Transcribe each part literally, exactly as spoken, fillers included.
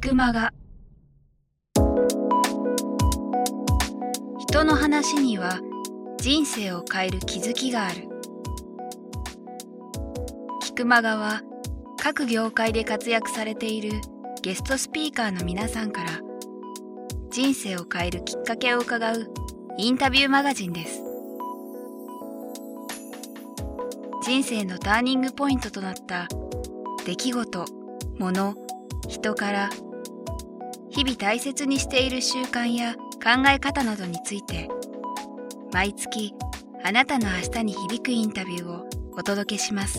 くまが。人の話には人生を変える気づきがある。キクマガは各業界で活躍されているゲストスピーカーの皆さんから人生を変えるきっかけを伺うインタビューマガジンです。人生のターニングポイントとなった出来事、物、人から日々大切にしている習慣や考え方などについて毎月あなたの明日に響くインタビューをお届けします。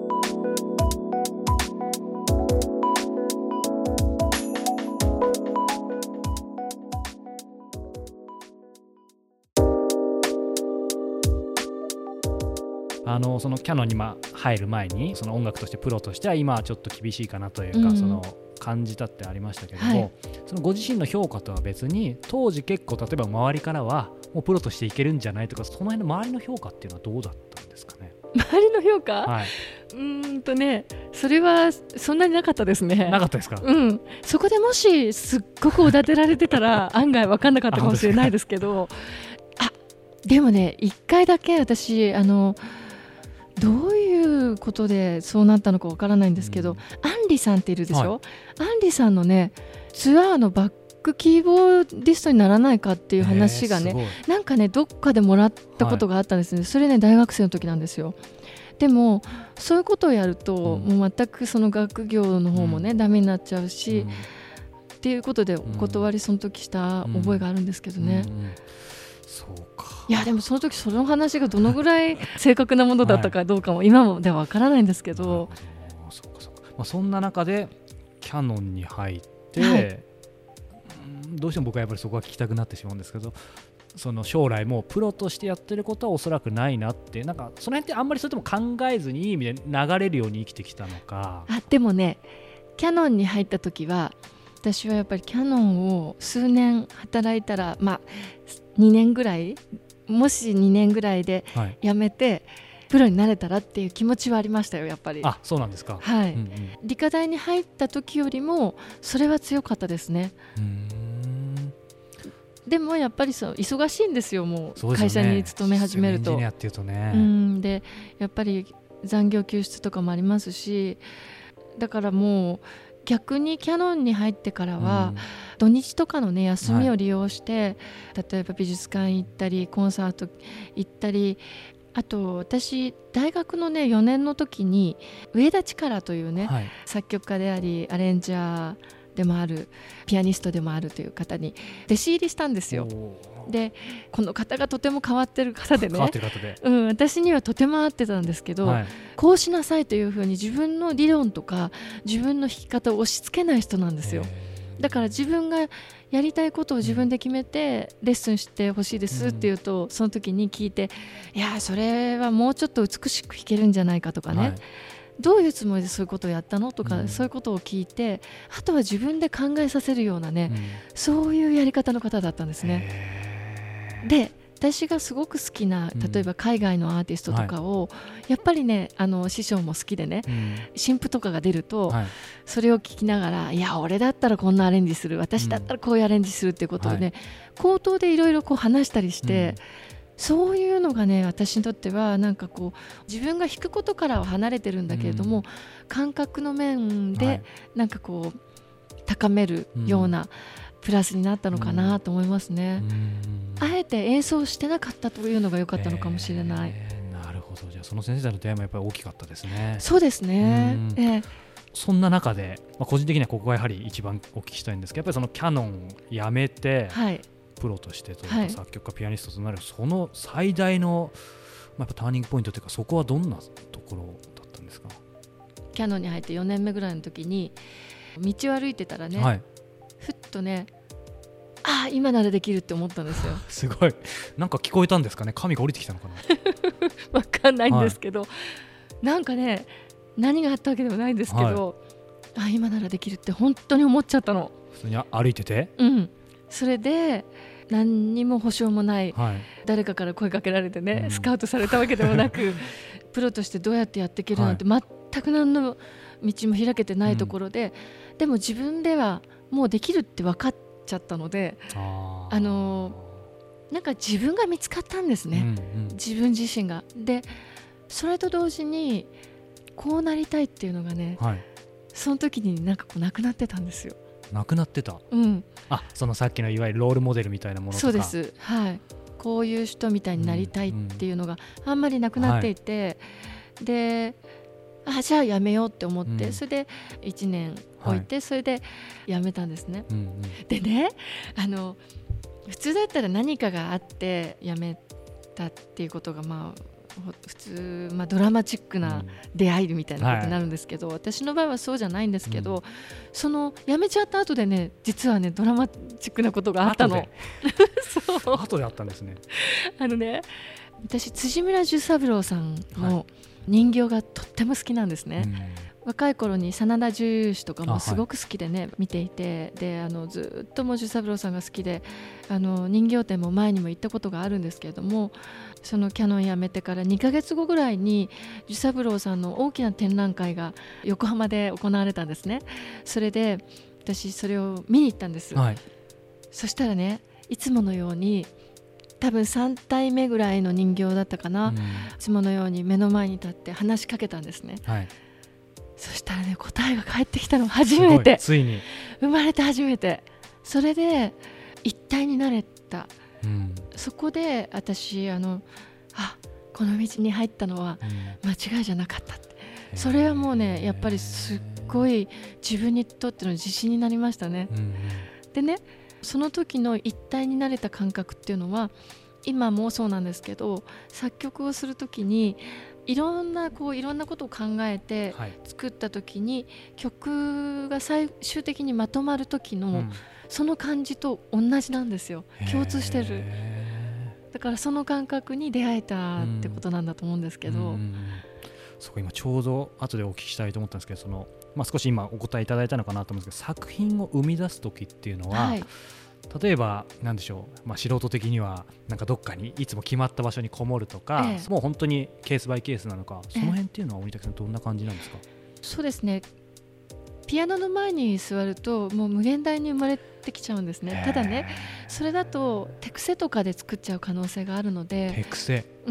あのそのキヤノンにま入る前にその音楽としてプロとしては今はちょっと厳しいかなというか、うん、その感じたってありましたけども、はい、そのご自身の評価とは別に当時結構例えば周りからはもうプロとしていけるんじゃないとかその辺の周りの評価っていうのはどうだったんですかね。 周りの評価、 はい、 うーんとねそれはそんなになかったですね。 なかったですか。 うん、そこでもしすっごくおだてられてたら案外分かんなかったかもしれないですけどあでもね一回だけ私あのどういうことでそうなったのかわからないんですけど、うん、アンリさんっているでしょ、はい、アンリさんのねツアーのバックキーボーディストにならないかっていう話がねなんかねどっかでもらったことがあったんですね、はい、それね大学生の時なんですよ。でもそういうことをやると、うん、もう全くその学業の方もね、うん、ダメになっちゃうし、うん、っていうことでお断りその時した覚えがあるんですけどね、うんうんうん、 そうか。 いやでもその時その話がどのぐらい正確なものだったかどうかも今もではわからないんですけど、 はい、そうかそうか、まあ、そんな中でキヤノンに入って、はい、どうしても僕はやっぱりそこは聞きたくなってしまうんですけどその将来もプロとしてやってることはおそらくないなってなんかその辺ってあんまりそれとも考えずにいい意味で流れるように生きてきたのか。 あでもねキヤノンに入った時は私はやっぱりキヤノンを数年働いたらまあにねんぐらいもしにねんぐらいで辞めて、はい、プロになれたらっていう気持ちはありましたよやっぱり。 あそうなんですか。 はい、うんうん、理科大に入った時よりもそれは強かったですね。 うーんでもやっぱりそう忙しいんですよもう会社に勤め始めると。 エンジニアっていうとねうんでやっぱり残業休日とかもありますしだからもう逆にキヤノンに入ってからは、うん、土日とかの、ね、休みを利用して、はい、例えば美術館行ったりコンサート行ったりあと私大学の、ね、よねんの時に上田力という、ねはい、作曲家でありアレンジャーでもあるピアニストでもあるという方に弟子入りしたんですよ。でこの方がとても変わってる方でね変わってる方で、うん、私にはとても合ってたんですけど、はい、こうしなさいというふうに自分の理論とか自分の弾き方を押し付けない人なんですよ。だから自分がやりたいことを自分で決めてレッスンしてほしいですって言うと、うん、その時に聞いていやそれはもうちょっと美しく弾けるんじゃないかとかね、はい、どういうつもりでそういうことをやったのとか、うん、そういうことを聞いてあとは自分で考えさせるようなね、うん、そういうやり方の方だったんですね。で私がすごく好きな例えば海外のアーティストとかを、うん、やっぱりねあの師匠も好きでね、うん、新譜とかが出ると、はい、それを聞きながらいや俺だったらこんなアレンジする私だったらこういうアレンジするっていうことをね、うん、口頭でいろいろ話したりして、うん、そういうのがね私にとってはなんかこう自分が弾くことからは離れてるんだけれども、うん、感覚の面でなんかこう高めるような、うんプラスになったのかなと思いますね、うん、あえて演奏してなかったというのが良かったのかもしれない、 えー、なるほど。じゃあその先生の出会いもやっぱり大きかったですね。 そうですね、えー、 そんな中で、まあ、個人的にはここがやはり一番お聞きしたいんですけどやっぱりそのキヤノン辞めて、はい、プロとしてというか、はい、作曲家ピアニストとなるその最大の、まあ、やっぱターニングポイントというかそこはどんなところだったんですか。 キヤノンに入ってよねんめぐらいの時に道を歩いてたらね、はい、ふっとねあ今ならできるって思ったんですよ。 すごいなんか聞こえたんですかね。神が降りてきたのかなわかんないんですけど、はい、なんかね何があったわけでもないんですけど、はい、あ今ならできるって本当に思っちゃったの。 普通に歩いてて、 うん、それで何にも保証もない、はい、誰かから声かけられてね、うん、スカウトされたわけでもなくプロとしてどうやってやっていけるなんて、はい、全く何の道も開けてないところで、うん、でも自分ではもうできるって分かっちゃったので、 ああのなんか自分が見つかったんですね、 うんうん、 自分自身が。でそれと同時にこうなりたいっていうのがね、 はい、 その時になんかこうなくなってたんですよ。 なくなってた、 うん、あそのさっきのいわゆるロールモデルみたいなものとか。 そうです、はい、こういう人みたいになりたいっていうのがあんまりなくなっていて、うんうん、であじゃあやめようって思って、うん、それでいちねん置いて、はい、それでやめたんですね、うんうん、でねあの普通だったら何かがあってやめたっていうことがまあ普通、まあ、ドラマチックな出会いみたいなことになるんですけど、うんはい、私の場合はそうじゃないんですけど、うん、その辞めちゃった後でね実はねドラマチックなことがあったの。 そう後であったんですね。 あのね私辻村寿三郎さんの人形がとっても好きなんですね、うん、若い頃に真田十勇士とかもすごく好きでね、はい、見ていて、であのずっともう寿三郎さんが好きで、あの人形展も前にも行ったことがあるんですけれども、そのキヤノン辞めてからにかげつごぐらいに寿三郎さんの大きな展覧会が横浜で行われたんですね。それで私それを見に行ったんです、はい、そしたらねいつものように多分さんたいめぐらいの人形だったかな、うん、いつものように目の前に立って話しかけたんですね、はい、そしたらね答えが返ってきたの初めて、 ついに生まれて初めて、それで一体になれた、うん、そこで私あのあこの道に入ったのは間違いじゃなかったって、うん、それはもうねやっぱりすっごい自分にとっての自信になりましたね、うん、でねその時の一体になれた感覚っていうのは今もそうなんですけど、作曲をする時にいろんなこういろんなことを考えて作った時に、はい、曲が最終的にまとまる時の、うん、その感じと同じなんですよ。共通してる。だからその感覚に出会えたってことなんだと思うんですけど、うんうん、 そう今ちょうど後でお聞きしたいと思ったんですけど、その、まあ、少し今お答えいただいたのかなと思うんですけど、作品を生み出す時っていうのは、はい、例えば何でしょう、まあ、素人的にはなんかどっかにいつも決まった場所にこもるとか、ええ、もう本当にケースバイケースなのか、その辺っていうのは大竹さんどんな感じなんですか？ そうですね、ピアノの前に座るともう無限大に生まれてきちゃうんですね。ただねそれだと手癖とかで作っちゃう可能性があるので、 手癖、 うん、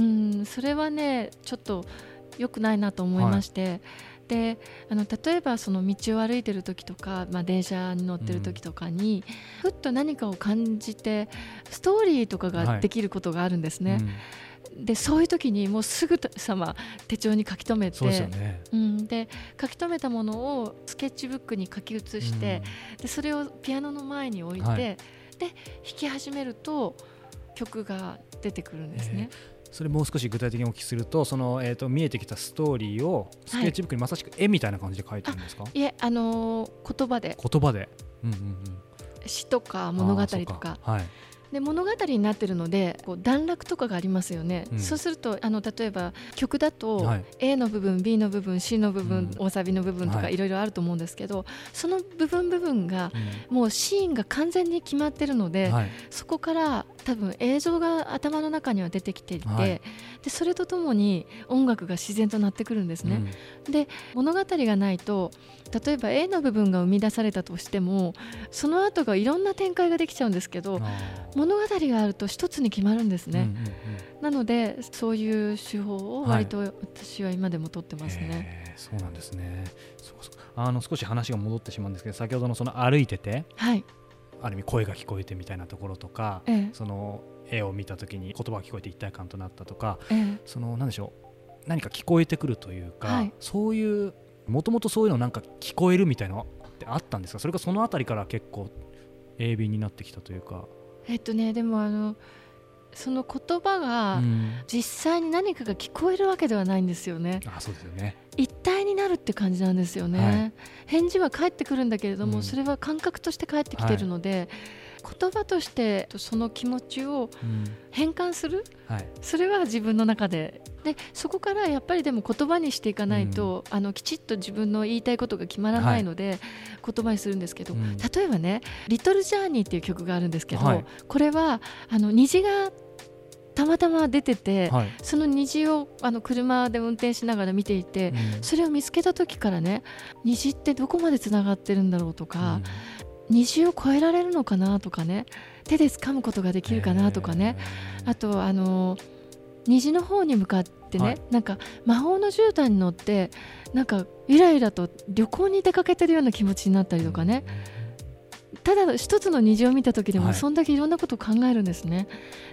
それはねちょっと良くないなと思いまして、はい、であの例えばその道を歩いてる時とか、まあ、電車に乗ってる時とかに、うん、ふっと何かを感じてストーリーとかができることがあるんですね、はいうん、でそういう時にもうすぐさま手帳に書き留めて、 そうですよね、 うん、で書き留めたものをスケッチブックに書き写して、うん、でそれをピアノの前に置いて、はい、で弾き始めると曲が出てくるんですね、えーそれもう少し具体的にお聞きすると、その、えーと、見えてきたストーリーをスケッチブックにまさしく絵みたいな感じで書いてるんですか？ はい、いえ、あのー、言葉で言葉で、うんうんうん、 詩とか物語とか、はい、で物語になってるのでこう段落とかがありますよね、うん、そうするとあの例えば曲だと、はい、A の部分 B の部分 C の部分、うん、大サビの部分とかいろいろあると思うんですけど、はい、その部分部分が、うん、もうシーンが完全に決まってるので、はい、そこから多分映像が頭の中には出てきていて、はい、でそれとともに音楽が自然となってくるんですね、うん、で物語がないと例えば A の部分が生み出されたとしてもその後がいろんな展開ができちゃうんですけど、物語があると一つに決まるんですね、うんうんうん、なのでそういう手法を割と私は今でも取ってますね、 はい、そうなんですね。そうそう、あの少し話が戻ってしまうんですけど、先ほどのその歩いてて、はい、ある意味声が聞こえてみたいなところとか、ええ、その絵を見た時に言葉が聞こえて一体感となったとか、ええ、その何でしょう、何か聞こえてくるというか、はい、そういうもともとそういうのなんか聞こえるみたいなのってあったんですか？それがそのあたりから結構鋭敏になってきたというか。 えっとねでもあのその言葉が実際に何かが聞こえるわけではないんですよね、 うん、あ、そうですよね。 一体になるって感じなんですよね、はい、返事は返ってくるんだけれども、うん、それは感覚として返ってきてるので、はい、言葉としてその気持ちを変換する、うんはい、それは自分の中ででそこからやっぱりでも言葉にしていかないと、うん、あのきちっと自分の言いたいことが決まらないので、はい、言葉にするんですけど、うん、例えばねリトルジャーニーっていう曲があるんですけど、はい、これはあの虹がたまたま出てて、はい、その虹をあの車で運転しながら見ていて、うん、それを見つけた時からね、虹ってどこまでつながってるんだろうとか、 虹を越えられるのかなとかね、手で掴むことができるかなとかね、あとあの虹の方に向かってね、はい、なんか魔法の絨毯に乗ってなんかゆらゆらと旅行に出かけてるような気持ちになったりとかね、ただ一つの虹を見た時でもそんだけいろんなことを考えるんですね、はい、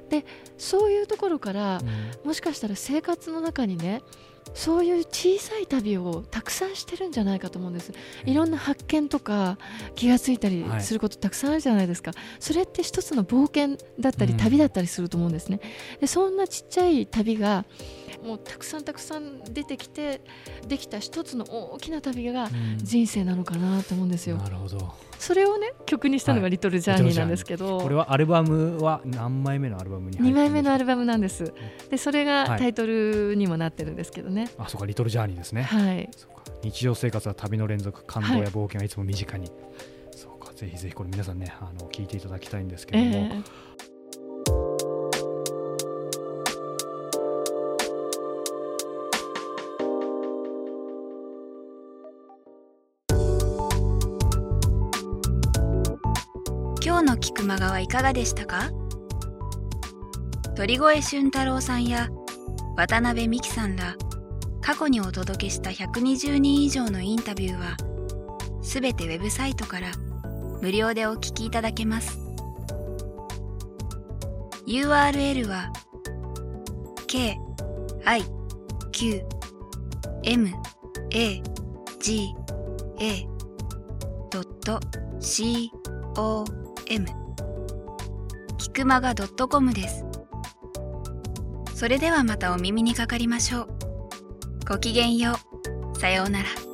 でそういうところから、うん、もしかしたら生活の中にねそういう小さい旅をたくさんしてるんじゃないかと思うんです。いろんな発見とか気がついたりすることたくさんあるじゃないですか、はい、それって一つの冒険だったり旅だったりすると思うんですね。でそんなちっちゃい旅がもうたくさんたくさん出てきてできた一つの大きな旅が人生なのかなと思うんですよ、うん、なるほど。それをね曲にしたのがリトルジャーニーなんですけど、 はい、これはアルバムは何枚目のアルバムに入ってるんですか？にまいめのアルバムなんです。でそれがタイトルにもなってるんですけどね、 はい、あそうかリトルジャーニーですね、 はい、 そうか日常生活は旅の連続、感動や冒険はいつも身近に、はい、そうかぜひぜひこれ皆さんねあの聞いていただきたいんですけども、えー今日の菊間川いかがでしたか？鳥越俊太郎さんや渡辺美樹さんら過去にお届けしたひゃくにじゅうにん以上のインタビューはすべてウェブサイトから無料でお聞きいただけます。 ユーアールエル は ケーアイキューエムエージーエードットシーオーエム キクマガ .com です。それではまたお耳にかかりましょう。ごきげんよう。さようなら。